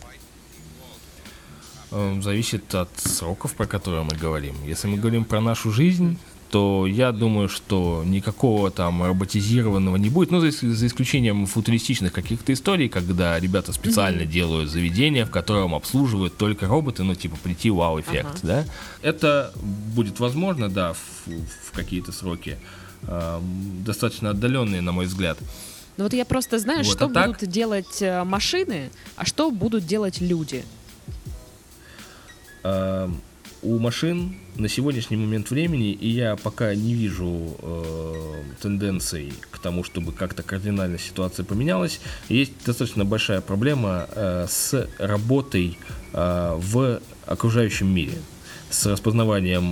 Зависит от сроков, про которые мы говорим. Если мы говорим про нашу жизнь, то я думаю, что никакого там роботизированного не будет, ну, за исключением футуристичных каких-то историй, когда ребята специально делают заведение, в котором обслуживают только роботы, ну, типа прийти вау-эффект, да. Это будет возможно, да, в какие-то сроки, достаточно отдаленные, на мой взгляд. Ну вот я просто знаю, вот, что будут делать машины, а что будут делать люди. У машин на сегодняшний момент времени, и я пока не вижу тенденций к тому, чтобы как-то кардинально ситуация поменялась, есть достаточно большая проблема с работой в окружающем мире, с распознаванием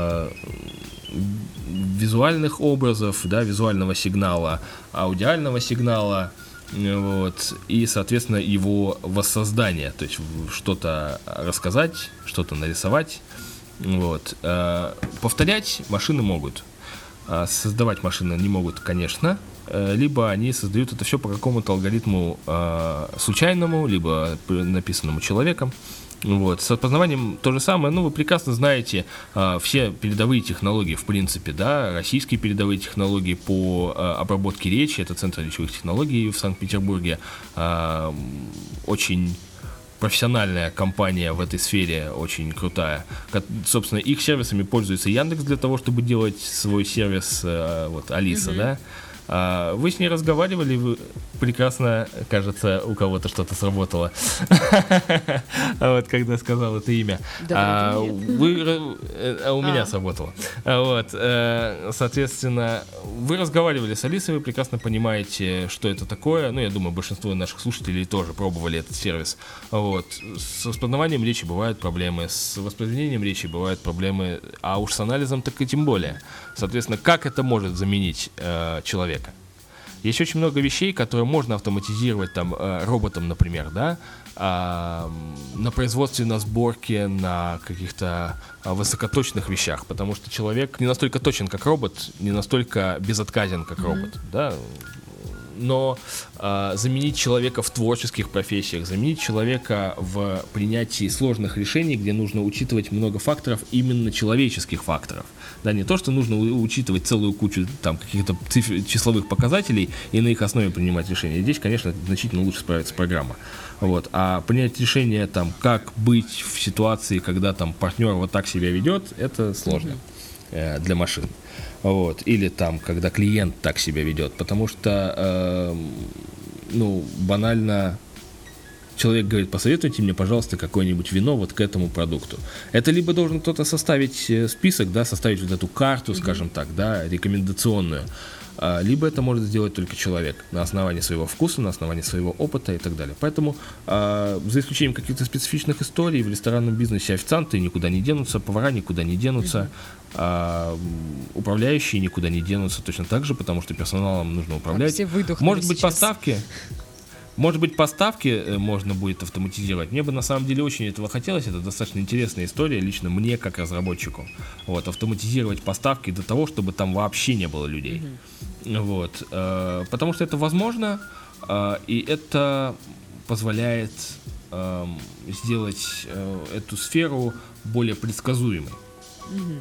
визуальных образов, да, визуального сигнала, аудиального сигнала, вот, и, соответственно, его воссоздание, то есть что-то рассказать, что-то нарисовать. Вот. Повторять машины могут, создавать машины не могут, конечно, либо они создают это все по какому-то алгоритму случайному, либо написанному человеком. Вот. С опознаванием то же самое, ну, вы прекрасно знаете все передовые технологии, в принципе, да, российские передовые технологии по обработке речи, это Центр речевых технологий в Санкт-Петербурге, очень профессиональная компания в этой сфере, очень крутая. Собственно, их сервисами пользуется Яндекс для того, чтобы делать свой сервис, вот, Алиса, да. Вы с ней разговаривали, вы прекрасно, кажется, у кого-то что-то сработало. Вот, когда сказал это имя. У меня сработало. Вот, соответственно, вы разговаривали с Алисой, вы прекрасно понимаете, что это такое. Ну, я думаю, большинство наших слушателей тоже пробовали этот сервис. Вот. С распознаванием речи бывают проблемы, с воспроизведением речи бывают проблемы, а уж с анализом так и тем более. Соответственно, как это может заменить человека? Есть очень много вещей, которые можно автоматизировать там роботом, например, да, на производстве, на сборке, на каких-то высокоточных вещах, потому что человек не настолько точен, как робот, не настолько безотказен, как робот, да. Но заменить человека в творческих профессиях, заменить человека в принятии сложных решений, где нужно учитывать много факторов, именно человеческих факторов. Да, не то, что нужно учитывать целую кучу там каких-то числовых показателей и на их основе принимать решения. Здесь, конечно, значительно лучше справится программа. Вот. А принять решение, там, как быть в ситуации, когда там партнер вот так себя ведет, это сложно для машин. Вот. Или там, когда клиент так себя ведет, потому что, банально человек говорит: посоветуйте мне, пожалуйста, какое-нибудь вино вот к этому продукту. Это либо должен кто-то составить список, да, составить вот эту карту, скажем так, да, рекомендационную, либо это может сделать только человек на основании своего вкуса, на основании своего опыта и так далее. Поэтому, за исключением каких-то специфичных историй, в ресторанном бизнесе официанты никуда не денутся, повара никуда не денутся, управляющие никуда не денутся точно так же, потому что персоналом нужно управлять. Все выдохнули Может быть, сейчас. поставки можно будет автоматизировать. Мне бы на самом деле очень этого хотелось. Это достаточно интересная история лично мне как разработчику. Вот, автоматизировать поставки до того, чтобы там вообще не было людей. Вот, потому что это возможно, и это позволяет сделать эту сферу более предсказуемой.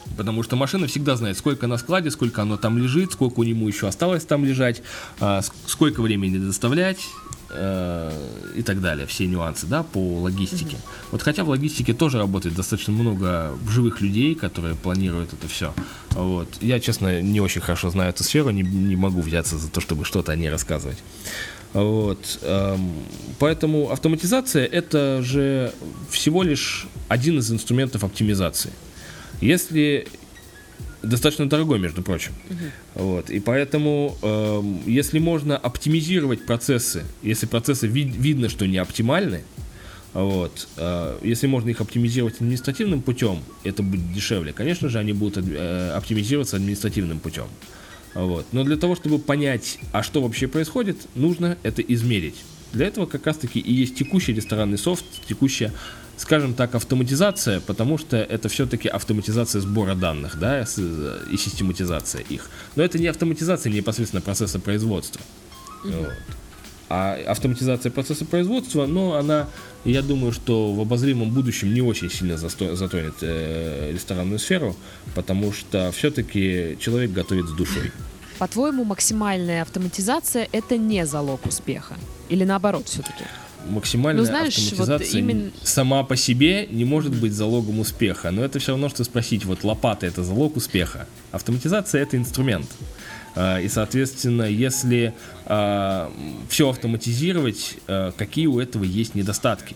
Потому что машина всегда знает, сколько на складе, сколько оно там лежит, сколько у него еще осталось там лежать, сколько времени доставлять и так далее. Все нюансы, да, по логистике. Вот хотя в логистике тоже работает достаточно много живых людей, которые планируют это все. Вот. Я, честно, не очень хорошо знаю эту сферу, не могу взяться за то, чтобы что-то о ней рассказывать. Вот. Поэтому автоматизация — это же всего лишь один из инструментов оптимизации. Если достаточно дорогой, между прочим. Вот. И поэтому, если можно оптимизировать процессы, если процессы видно, что не оптимальны, вот, если можно их оптимизировать административным путем, это будет дешевле. Конечно же, они будут оптимизироваться административным путем. Вот. Но для того, чтобы понять, а что вообще происходит, нужно это измерить. Для этого как раз-таки и есть текущий ресторанный софт, текущая, скажем так, автоматизация, потому что это все-таки автоматизация сбора данных, да, и систематизация их. Но это не автоматизация непосредственно процесса производства. Вот. А автоматизация процесса производства, но она, я думаю, что в обозримом будущем не очень сильно затронет ресторанную сферу, потому что все-таки человек готовит с душой. По-твоему, максимальная автоматизация — это не залог успеха? Или наоборот все-таки? Максимальная автоматизация сама по себе не может быть залогом успеха. Но это все равно, что спросить, вот лопата — это залог успеха. Автоматизация — это инструмент. И, соответственно, если все автоматизировать, какие у этого есть недостатки?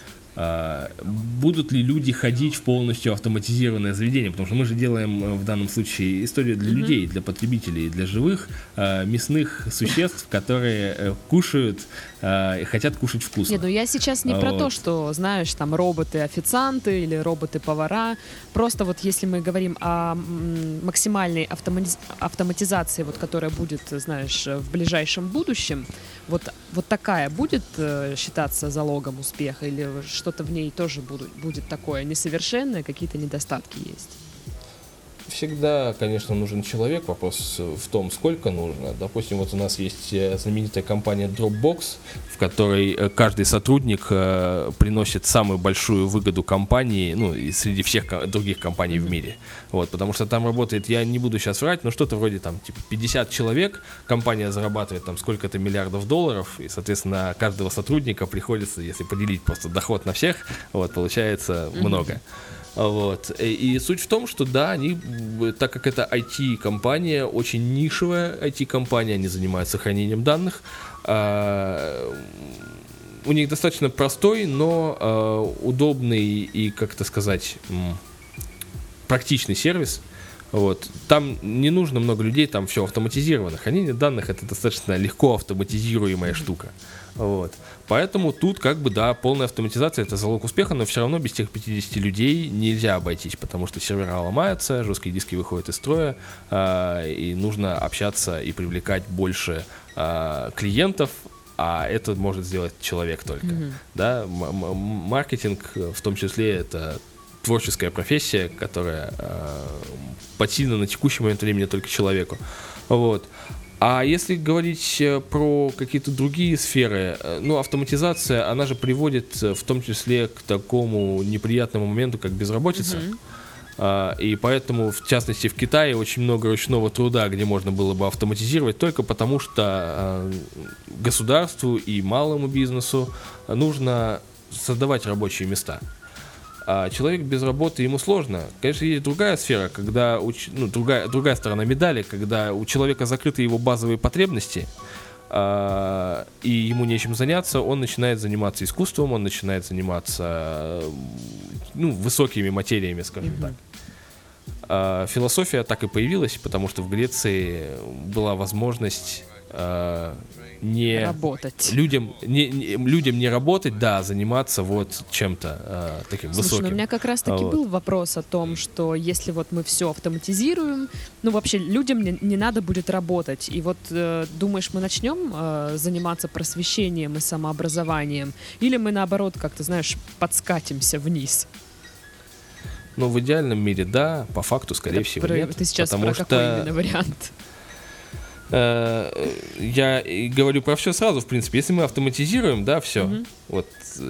Будут ли люди ходить в полностью автоматизированное заведение? Потому что мы же делаем в данном случае историю для людей, для потребителей, для живых мясных существ, которые кушают и хотят кушать вкусно. Нет, ну я сейчас не про то, что, знаешь, там роботы-официанты или роботы-повара. Просто вот если мы говорим о максимальной автоматизации, вот, которая будет, знаешь, в ближайшем будущем, вот такая будет считаться залогом успеха, или что-то в ней тоже будет такое несовершенное, какие-то недостатки есть? Всегда, конечно, нужен человек. Вопрос в том, сколько нужно. Допустим, вот у нас есть знаменитая компания Dropbox, в которой каждый сотрудник приносит самую большую выгоду компании, ну, и среди всех других компаний в мире. Вот, потому что там работает, я не буду сейчас врать, но что-то вроде там типа 50 человек, компания зарабатывает там сколько-то миллиардов долларов, и, соответственно, на каждого сотрудника приходится, если поделить просто доход на всех, вот, получается много. Вот. И суть в том, что да, они, так как это IT-компания, очень нишевая IT-компания, они занимаются хранением данных, у них достаточно простой, но удобный и, как это сказать, практичный сервис. Вот. Там не нужно много людей, там все автоматизировано. Хранение данных — это достаточно легко автоматизируемая штука. Вот. Поэтому тут как бы, да, полная автоматизация — это залог успеха, но все равно без тех 50 людей нельзя обойтись, потому что сервера ломаются, жесткие диски выходят из строя, и нужно общаться и привлекать больше клиентов, а это может сделать человек только. Да? Маркетинг в том числе — это творческая профессия, которая подсильна на текущий момент времени только человеку. Вот. А если говорить про какие-то другие сферы, ну, автоматизация, она же приводит в том числе к такому неприятному моменту, как безработица. И поэтому, в частности, в Китае очень много ручного труда, где можно было бы автоматизировать, только потому что государству и малому бизнесу нужно создавать рабочие места. А человек без работы, ему сложно. Конечно, есть другая сфера, когда другая сторона медали, когда у человека закрыты его базовые потребности, и ему нечем заняться, он начинает заниматься искусством, он начинает заниматься высокими материями, скажем так. Философия так и появилась, потому что в Греции была возможность не работать. Людям не работать, да, заниматься вот чем-то таким высоким. Слушай, у меня как раз-таки был вопрос о том, что если вот мы все автоматизируем, ну вообще людям не надо будет работать. И вот думаешь, мы начнем заниматься просвещением и самообразованием, или мы наоборот как-то, знаешь, подскатимся вниз? Ну, в идеальном мире, да, по факту, скорее всего, нет. Ты сейчас про какой именно вариант? я и говорю про все сразу, в принципе. Если мы автоматизируем, да, все, вот,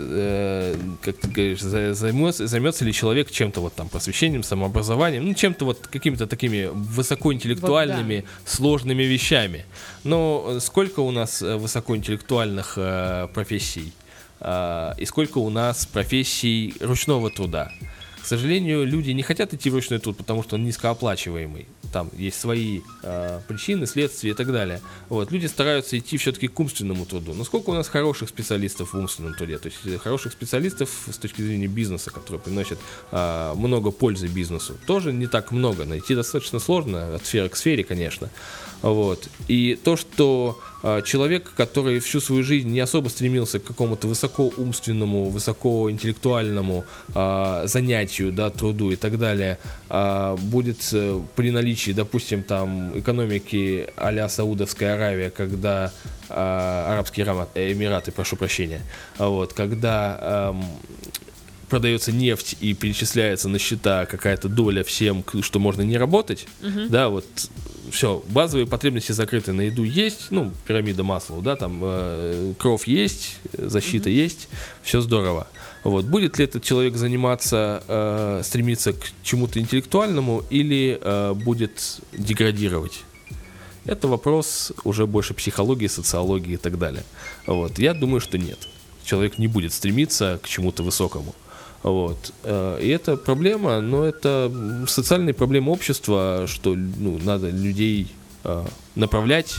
как ты говоришь, займется ли человек чем-то вот там просвещением, самообразованием, ну, чем-то вот какими-то такими высокоинтеллектуальными, Вот, да, сложными вещами. Но сколько у нас высокоинтеллектуальных профессий? И сколько у нас профессий ручного труда? К сожалению, люди не хотят идти в ручной труд, потому что он низкооплачиваемый. Там есть свои причины, следствия и так далее. Вот. Люди стараются идти все-таки к умственному труду. Но сколько у нас хороших специалистов в умственном труде? То есть хороших специалистов с точки зрения бизнеса, которые приносят много пользы бизнесу, тоже не так много. Найти достаточно сложно, от сферы к сфере, конечно. Вот. И то, что человек, который всю свою жизнь не особо стремился к какому-то высокоумственному, высокоинтеллектуальному занятию, да, труду и так далее, будет при наличии, допустим, там экономики а-ля Саудовская Аравия, когда Арабские Эмираты, прошу прощения, вот, когда продается нефть и перечисляется на счета какая-то доля всем, что можно не работать, да, вот все, базовые потребности закрыты, на еду есть, ну, пирамида Маслоу, да, там кров есть, защита есть, все здорово. Вот. Будет ли этот человек заниматься, стремиться к чему-то интеллектуальному или будет деградировать? Это вопрос уже больше психологии, социологии и так далее. Вот. Я думаю, что нет. Человек не будет стремиться к чему-то высокому. Вот. И это проблема, но это социальная проблема общества, что надо людей направлять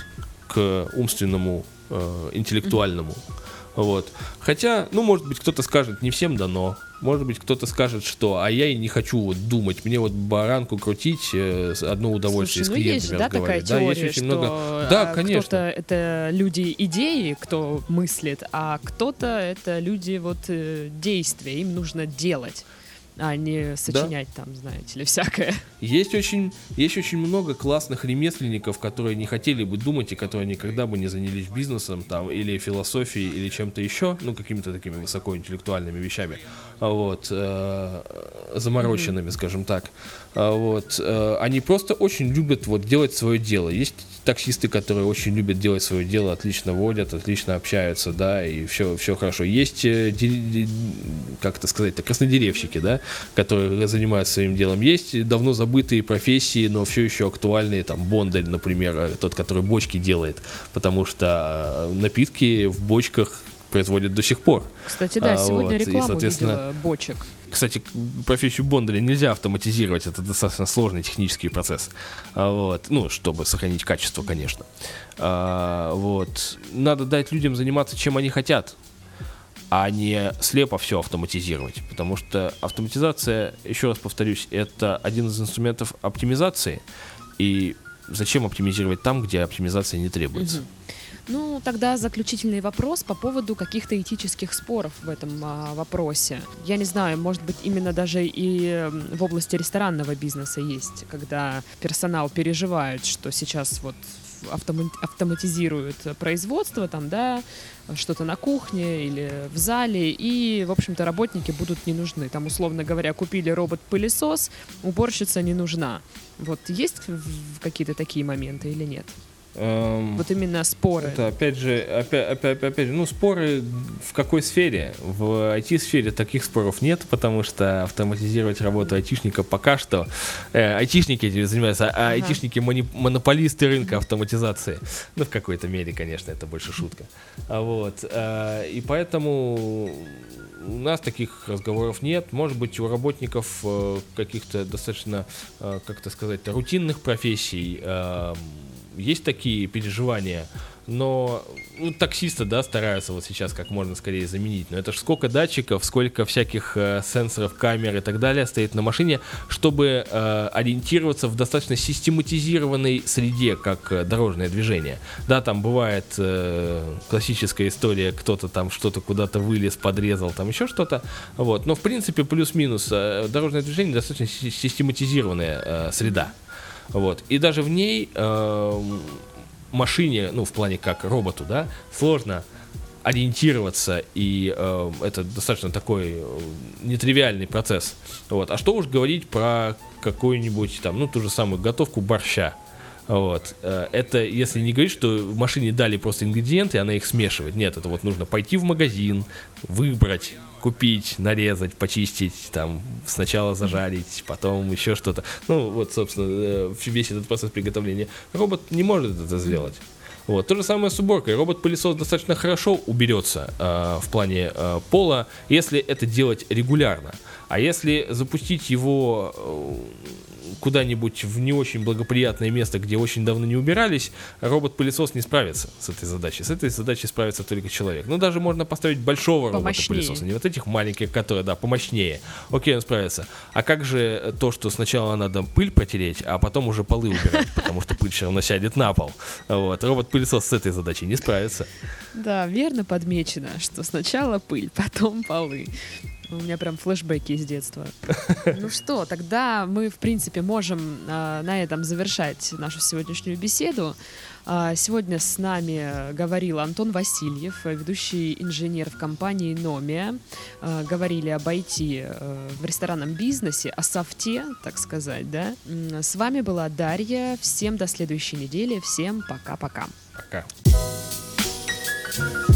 к умственному, интеллектуальному. Вот. Хотя, может быть, кто-то скажет, не всем дано. Может быть, кто-то скажет, что я и не хочу вот думать, мне вот баранку крутить, одно удовольствие. Слушай, с клиентами есть, такая теория, есть очень что много... Да, конечно. кто-то это люди идеи, кто мыслит, а кто-то это люди вот действия, им нужно делать, а не сочинять там, знаете ли, всякое. Есть очень много классных ремесленников, которые не хотели бы думать и которые никогда бы не занялись бизнесом там, или философией, или чем-то еще, какими-то такими высокоинтеллектуальными вещами, вот, замороченными, скажем так. Вот, они просто очень любят вот делать свое дело. Есть таксисты, которые очень любят делать свое дело, отлично водят, отлично общаются, да, и все хорошо. Есть, как это сказать-то, краснодеревщики, да, которые занимаются своим делом. Есть давно забытые профессии, но все еще актуальные, там, бондарь, например, тот, который бочки делает, потому что напитки в бочках производят до сих пор. Кстати, да, сегодня вот, рекламу видела бочек. Кстати, профессию бондаря нельзя автоматизировать, это достаточно сложный технический процесс, вот, чтобы сохранить качество, конечно. Вот. Надо дать людям заниматься, чем они хотят, а не слепо все автоматизировать, потому что автоматизация, еще раз повторюсь, это один из инструментов оптимизации, и зачем оптимизировать там, где оптимизация не требуется? Тогда заключительный вопрос по поводу каких-то этических споров в этом вопросе. Я не знаю, может быть, именно даже и в области ресторанного бизнеса есть, когда персонал переживает, что сейчас вот автоматизируют производство, там, да, что-то на кухне или в зале, и, в общем-то, работники будут не нужны. Там, условно говоря, купили робот-пылесос, уборщица не нужна. Вот есть какие-то такие моменты или нет? Вот именно споры. Это опять же, споры в какой сфере? В IT-сфере таких споров нет, потому что автоматизировать работу айтишника пока что. Айтишники этим занимаются, а айтишники монополисты рынка автоматизации. В какой-то мере, конечно, это больше шутка. Вот. И поэтому у нас таких разговоров нет. Может быть, у работников каких-то достаточно, рутинных профессий есть такие переживания, но таксисты, да, стараются вот сейчас как можно скорее заменить. Но это ж сколько датчиков, сколько всяких сенсоров, камер и так далее стоит на машине, чтобы ориентироваться в достаточно систематизированной среде, как дорожное движение. Да, там бывает классическая история, кто-то там что-то куда-то вылез, подрезал, там еще что-то. Вот. Но в принципе плюс-минус дорожное движение достаточно систематизированная среда. Вот. И даже в ней машине, в плане как роботу, да, сложно ориентироваться, и это достаточно такой нетривиальный процесс. Вот. А что уж говорить про какую-нибудь там, ту же самую готовку борща. Вот. Это если не говорить, что машине дали просто ингредиенты, и она их смешивает. Нет, это вот нужно пойти в магазин, выбрать, купить, нарезать, почистить, там, сначала зажарить, потом еще что-то. Ну, вот, собственно, весь этот процесс приготовления. Робот не может это сделать. Вот. То же самое с уборкой. Робот-пылесос достаточно хорошо уберется в плане пола, если это делать регулярно. А если запустить его куда-нибудь в не очень благоприятное место, где очень давно не убирались, робот-пылесос не справится с этой задачей. С этой задачей справится только человек. Ну, даже можно поставить большого робота-пылесоса, не вот этих маленьких, которые, да, помощнее. Окей, он справится. А как же то, что сначала надо пыль протереть, а потом уже полы убирать, потому что пыль все равно сядет на пол. Вот. Робот-пылесос с этой задачей не справится. Да, верно подмечено, что сначала пыль, потом полы. У меня прям флешбеки из детства. Ну что, тогда мы, в принципе, можем на этом завершать нашу сегодняшнюю беседу. Сегодня с нами говорил Антон Васильев, ведущий инженер в компании Номия. Говорили об IT в ресторанном бизнесе, о софте, так сказать, да. С вами была Дарья. Всем до следующей недели. Всем пока-пока. Пока.